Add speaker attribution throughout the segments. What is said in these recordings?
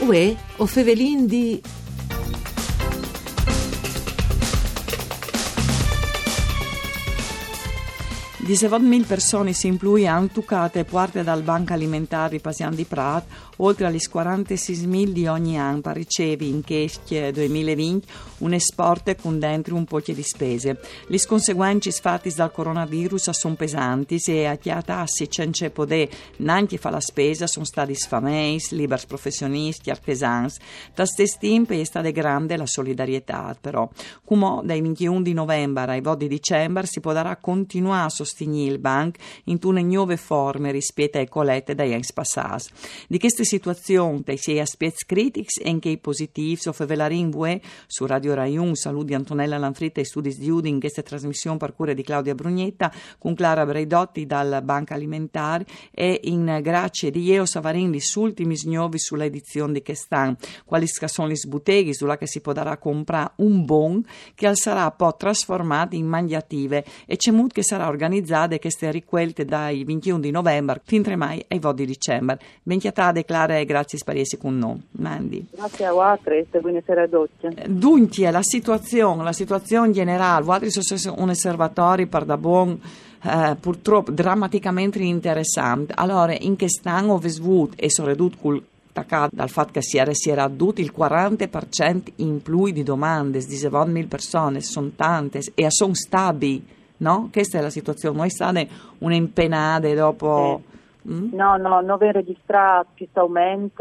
Speaker 1: Uè, o fevelin di... Di 7.000 persone si includono toccate parte dal Banco Alimentare Pasian di Prat, oltre agli 46.000 di ogni anno per ricevere in questo 2020 un esporte con dentro un po' di spese. Le conseguenze fatte dal coronavirus sono pesanti e a chi ha tassi senza poter neanche fare la spesa sono stati sfamati, liberi professionisti, artesani. Da stesso tempo è stata grande la solidarietà, però. Come dai 21 di novembre ai 20 di dicembre si potrà continuare a sostenere il banco in una nuove forme rispetto ai colette dagli anni passati. Di queste situazioni, sia aspetti critici e anche positivi, soffervelarin voi su Radio Rai 1, saluti di Antonella Lanfritta e studi di Udin, in questa trasmissione per cura di Claudia Brugnetta, con Clara Breidotti dal Banco Alimentare e in grazie di Eo Savarin gli ultimi nuovi sull'edizione di quest'anno, quali sono le sbotteghi sulla che si potrà comprare un bon che sarà poi trasformato in mangiative e c'è molto che sarà organizzato queste raccolte dai 21 di novembre fin a mai ai 20 di dicembre. Benchiatate Clara e grazie per essere con noi. Mandi.
Speaker 2: Grazie a voi, buonasera a tutti.
Speaker 1: Dunque, la situazione generale, voi sono un osservatorio per da buon purtroppo drammaticamente interessante. Allora, in quest'anno ho vissuto e sono ridotto dal fatto che si era addotto il 40% in più di domande di 7.000 persone, sono tante e sono stabili. No? Questa è la situazione, noi state un'impenate dopo...
Speaker 2: No, non vi registrato questo aumento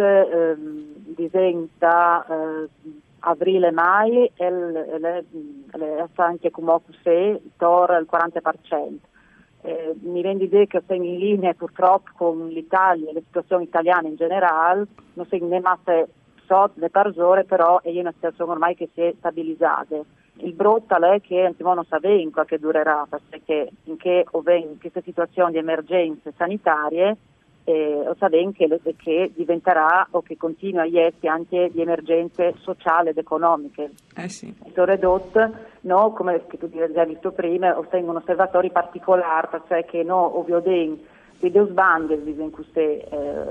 Speaker 2: da aprile mai e le anche come se torna il 40%. Mi rendo idea che sei in linea purtroppo con l'Italia e le situazioni italiane in generale, non sei né masse sotto le persone, però è una situazione ormai che si è stabilizzata. Il brutto è che andiamo non sapendo che durerà, perché finché in queste situazioni di emergenze sanitarie sapendo che diventerà o che continua a essere anche di emergenze sociali ed economiche.
Speaker 1: Sì.
Speaker 2: Sono ridotte, no, come che tu hai visto prima, ottengono osservatori particolari, perché no, ovvio video sbande, in queste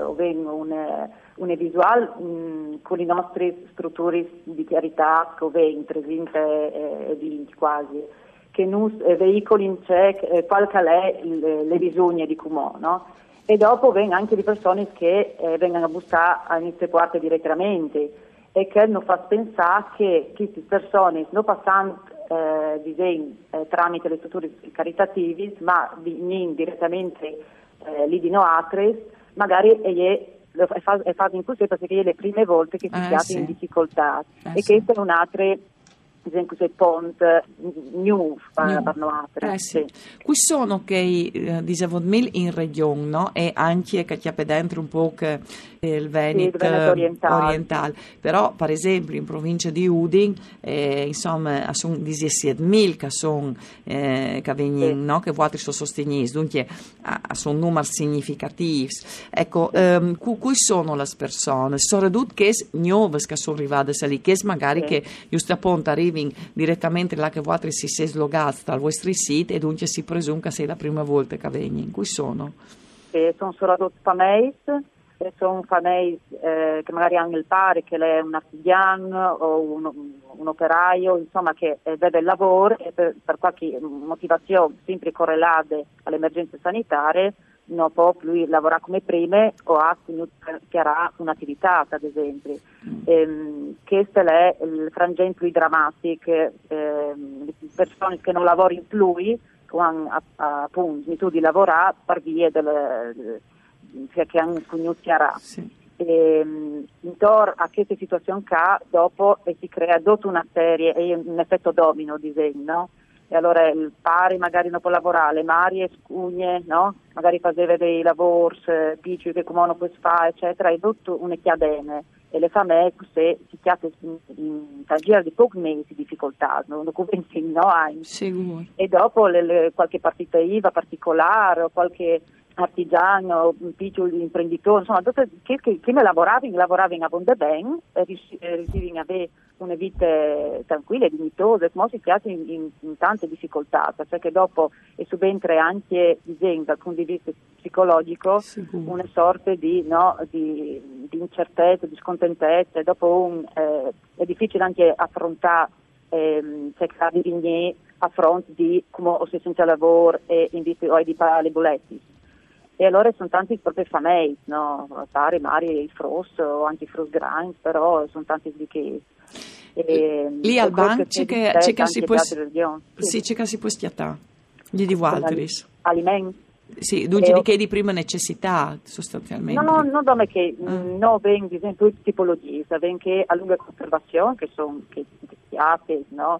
Speaker 2: una visuale con le nostre strutture di chiarità che vengono 30 e 20 quasi, che noi veicoli in c'è qual è le bisogni di Cumò, no? E dopo vengono anche le persone che vengono a bussare a inizio quarto direttamente e che non fa pensare che queste persone non passano tramite le strutture caritative, ma direttamente lì di Noatres, magari è fatto in così perché è le prime volte che si chiama in difficoltà e che è un'altra esempio ponte new per Noatres.
Speaker 1: Sì. Qui sono che 17.000 in regione, no? E anche che c'è dentro un po' che il Veneto orientale. Però per esempio in provincia di Udin insomma sono 17.000 che sono che vengono, no? Che vuoi sostenere, dunque sono numeri significativi. Ecco, qui sono le persone, sono tutte che nuove che sono arrivate lì, che magari che giusto appunto arrivano direttamente là che voi si sei slogati dal vostro sito e dunque si presume che sia la prima volta che vengono. Qui sono?
Speaker 2: Sono soprattutto famiglie, sono famiglie che magari hanno il pari, che è un artigiano o un operaio, insomma che deve il lavoro e per qualche motivazione sempre correlata alle emergenze sanitarie non può più lavorare come prima o ha che ha un'attività, ad esempio. Questo è il frangente più drammatico, le persone che non lavorano più hanno appunto smesso di lavorare per via che hanno conosciuto. Intorno a queste situazioni dopo si crea tutta una serie, è un effetto domino, disegno, no? E allora il pari magari non può lavorare, le marie scugne, no? Magari faceva dei lavori piccoli che come non può fare, eccetera, è tutto una chiadene. E le famiglie se si chiama in giro di pochi mesi di difficoltà, non convinci no? E dopo qualche partita IVA particolare o qualche artigiano, un piccolo imprenditore, insomma, che lavoravano a bonde ben, riuscivano ad avere una vita tranquilla e dignitosa, ma si chiama in tante difficoltà, perché dopo è subentra anche, dal punto di vista psicologico, una sorta di incertezze, di scontentezze, dopo è difficile anche affrontare cercare di venire a fronte di come si senza lavoro e invece poi di pagare le bollette. E allora sono tanti proprio famiglie, no? Pare, Mari, il Fros o anche i Fros Grants, però sono tanti di che.
Speaker 1: Lì al banco c'è che si può stiatà, gli di Walteris.
Speaker 2: Alimenti.
Speaker 1: Sì, dunque di che di prima necessità sostanzialmente.
Speaker 2: No, non come che no, vengono ad esempio tipologie, vengono che a lunga conservazione, che sono che piace, no?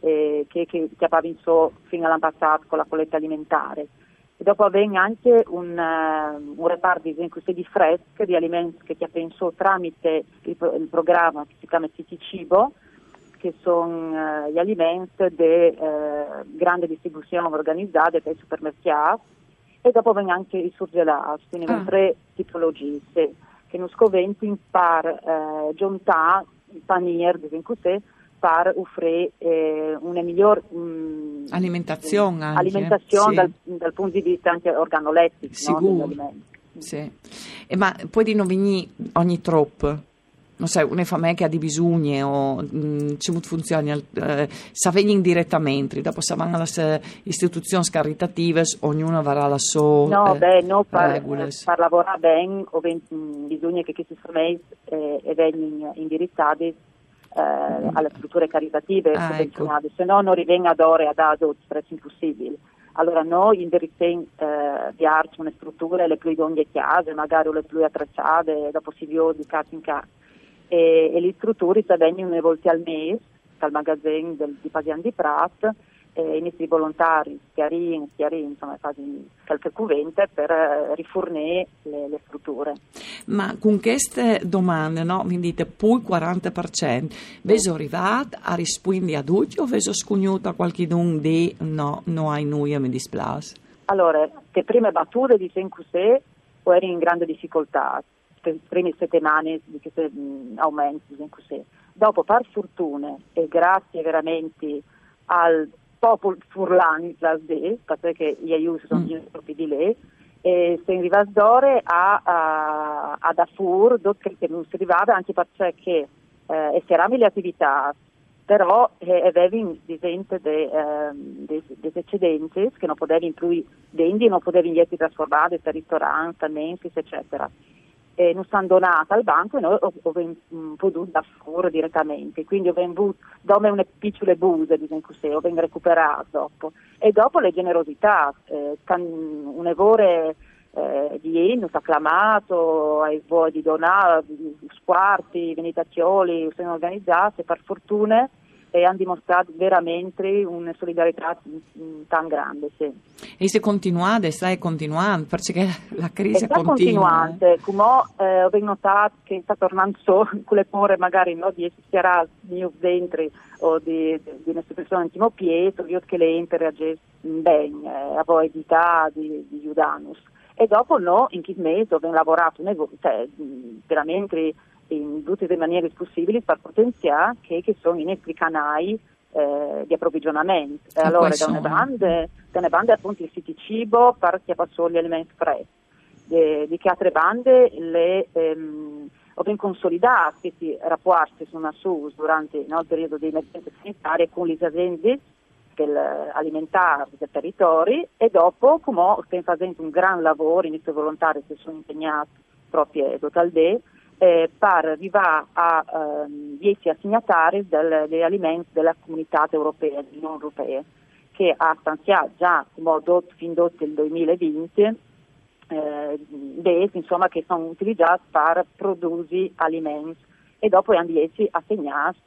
Speaker 2: Che abbiamo so fino all'anno passato con la colletta alimentare. E dopo avviene anche un reparto di fresche di alimenti che ti ha pensato tramite il programma che si chiama City Cibo, che sono gli alimenti di grande distribuzione organizzata per i supermercati, e dopo vengono anche i surgelati, quindi vengono 3 tipologie, che non scoventi per giuntare il panier, così, per offrire una migliore
Speaker 1: alimentazione
Speaker 2: sì. dal punto di vista anche organolettico,
Speaker 1: sicuro,
Speaker 2: no, degli alimenti.
Speaker 1: Sì. Ma poi di non venire ogni troppo, non so, una famiglia che ha di bisogni o come funziona, sa venire direttamente, dopo se vanno alle istituzioni caritative, ognuno avrà la sua
Speaker 2: per lavorare bene o bisogna che queste famiglie vengano indirizzate alle strutture caritative convenzionate, ecco. Se no non rivenga ad ore ad adulti, è impossibile. Allora noi indirizziamo viarci una struttura le più idonee chiase, magari le più attrezzate, dopo si vede di casa in casa. E le strutture vengono una volta al mese dal magazzino di Pasian di Prat, inizi volontari, chiarini, insomma, fasi qualche cuvente per rifornire le strutture.
Speaker 1: Ma con queste domande, no, mi dite poi 40%, veso arrivato a rispondere a tutti o veso scugnuto a qualcuno di no hai noi mi dispiace?
Speaker 2: Allora, le prime battute di Sencusè eri in grande difficoltà, le prime settimane di questi aumenti di Sencusè. Dopo, per fortuna e grazie veramente al popolo furlani, perché gli aiuti sono proprio di lei, e si arriva d'ore ad Afur, dove non si arrivava anche perché eravamo le attività, però avevi dei eccedenti che non potevi più vendi, non potevi essere trasformati per ristoranti, mensis, eccetera. E non sono donata al banco e noi abbiamo potuto da fuori direttamente, quindi abbiamo avuto come una piccola buse, abbiamo recuperato dopo. E dopo le generosità, un evore di non acclamato, ai vuoi di donare, squarti, venitazioli, sono organizzate per fortuna e hanno dimostrato veramente una solidarietà tan grande, sì.
Speaker 1: E se continuate, stai continuando, perché la crisi
Speaker 2: sta
Speaker 1: continua.
Speaker 2: Continuante, come ho notato che sta tornando con le pore magari no, di essere dentro o di una persona intimo pieto, io che le reagiscono bene, a voi di Giudanus. E dopo in che mese abbiamo lavorato veramente in tutte le maniere possibili per potenziare che sono i nostri canali di approvvigionamento. E allora da una banda appunto il City Cibo per chi passò gli alimenti freschi, di che altre bande abbiamo consolidato questi rapporti sono assunti durante il periodo di emergenza sanitaria con le aziende alimentari del territorio e dopo come stiamo facendo un gran lavoro, inizio volontari che sono impegnati proprio Total Day per arrivare a 10 assegnatari degli alimenti della comunità europea, dell'Unione Europea, che ha stanziato già fin dal 2020 insomma, che sono utilizzati per produrre alimenti e dopo hanno 10 assegnati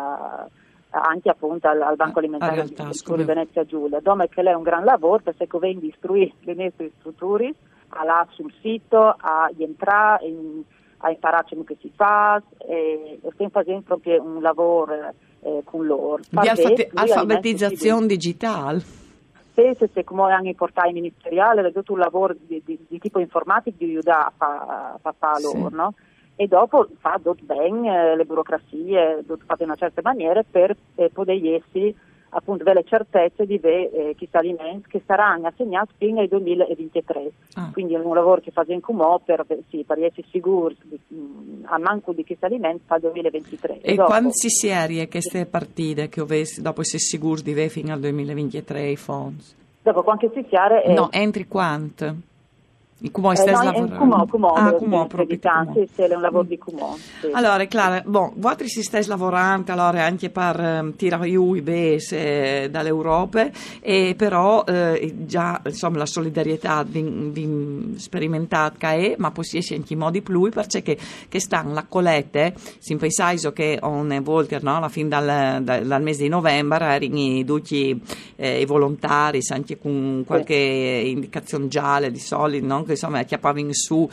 Speaker 2: anche appunto al Banco Alimentare di Venezia Giulia, dove che è un gran lavoro perché viene istruire le nostre strutture là sul sito, a entrare a imparare come che si fa e stiamo facendo proprio un lavoro con loro.
Speaker 1: Di alfabetizzazione digitale.
Speaker 2: Se come anche i portali ministeriali, è tutto un lavoro di tipo informatico di aiutare a fare loro, no? E dopo fa bene le burocrazie, fatte in una certa maniera per poter essere appunto delle certezze di questi alimenti che saranno assegnati fino al 2023. Quindi è un lavoro che fa in comò per essere sicuri a manco di questi alimenti per il 2023.
Speaker 1: E quando si serie queste partite che dopo si è sicuro di fino al 2023 i fondi?
Speaker 2: Dopo quando si serie...
Speaker 1: No, entri quanto?
Speaker 2: Come stai lavorando? Come proprio sì, è un lavoro di Cumò. Sì.
Speaker 1: Allora, Clara, voi si stai lavorando allora, anche per tirare giù i base dall'Europa, e però già insomma la solidarietà vi sperimentata ma poi si esce anche in modi più, perché che stanno la colette, si pensa che ogni volta, no, alla fine dal mese di novembre erano tutti i volontari, anche con qualche indicazione gialla di solito, no? Insomma acchiappavano su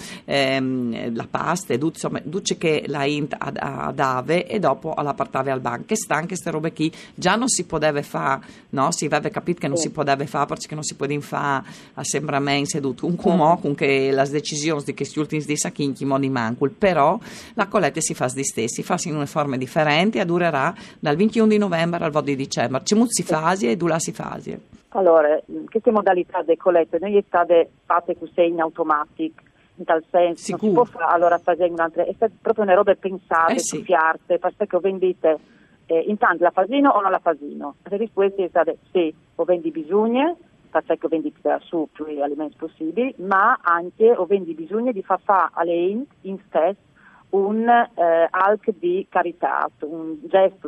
Speaker 1: la pasta e insomma duce che la int ad ave e dopo la portava al banco, che stanno queste robe qui già non si poteva fare, no? Si aveva capito che non si poteva fare perché non si poteva fare assembramenti seduto un cumò con che le decisioni di questi ultimi di sacchini modi mancul, però la colletta si fa di stessi, si fa in una forma differente e durerà dal 21 di novembre al 20 di dicembre, c'è molti fasi e due si fasi.
Speaker 2: Allora, queste modalità di collette noi state fatte con segni automatici, in tal senso non si può fare allora facendo un'altra, è proprio una roba pensate, studiate, perché ho vendite intanto la fasino o non la fasino. La risposta è stata sì, ho vendi bisogno, perché ho vendi su più alimenti possibili, ma anche ho vendi bisogno di far fare alle in stesso un alc di carità, un gesto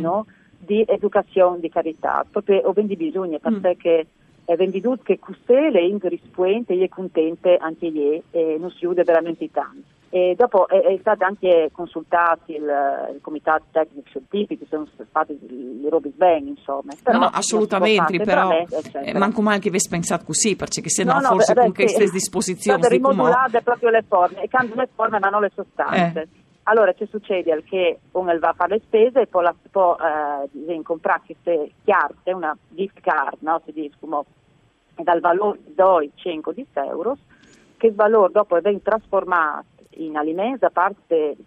Speaker 2: di educazione di carità, proprio ho vendi bisogno, perché è venduto che così le risponde e è contente anche lei e non si usa veramente tanto. E dopo è stato anche consultato il comitato tecnico scientifico, sono state le robe bene, insomma. Però
Speaker 1: no, assolutamente, però manco mai che avessi pensato così, perché se no forse con queste disposizioni
Speaker 2: state rimodulate proprio le forme, e cambiano le forme ma non le sostanze. Allora ci succede che uno va a fare le spese e poi può comprare queste carte, una gift card, no? Si dice come dal valore di 5 euro, che il valore dopo viene trasformato in alimenti da parte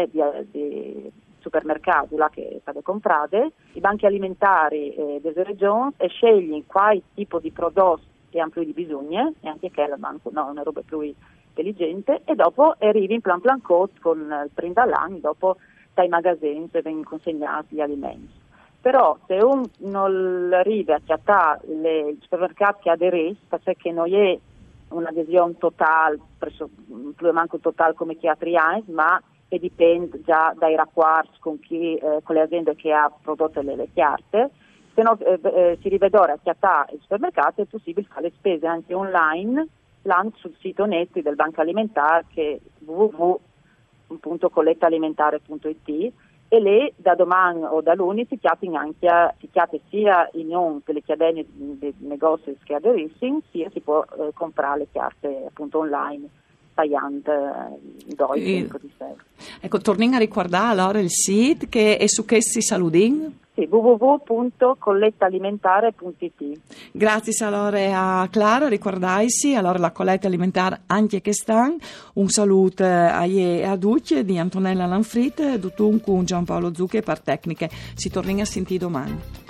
Speaker 2: di supermercati là che state comprate, i banchi alimentari delle regioni e scegli quale tipo di prodotti hanno più di bisogno, e anche che la banco no, una roba più intelligente, e dopo arrivi in plan code con il print all'anno, dopo dai magazzini e vengono consegnati gli alimenti. Però se uno non arriva a chiattare i supermercati che aderiscono, perché non è un'adesione totale, più manco totale come chi ha altri anni, ma che dipende già dai rapporti con le aziende che ha prodotto le carte. Se no si rivedora a chiattare i supermercati è possibile fare le spese anche online sul sito Netti del Banco Alimentare, che è www.collettaalimentare.it, e lì da domani o da lunedì si chiate sia in non per le chiadene dei negozi che aderiscono, sia si può comprare le carte appunto online pagando di euro.
Speaker 1: Ecco, torniamo a ricordare allora il sito che è su che si saludin?
Speaker 2: Sì, www.collettaalimentare.it.
Speaker 1: Grazie allora a Clara, ricordaisi allora la colletta alimentare anche che stanno. Un saluto a ie e a tutti di Antonella Lanfrit, Dutuncu, Giampaolo Zucche per tecniche. Si torna a sentire domani.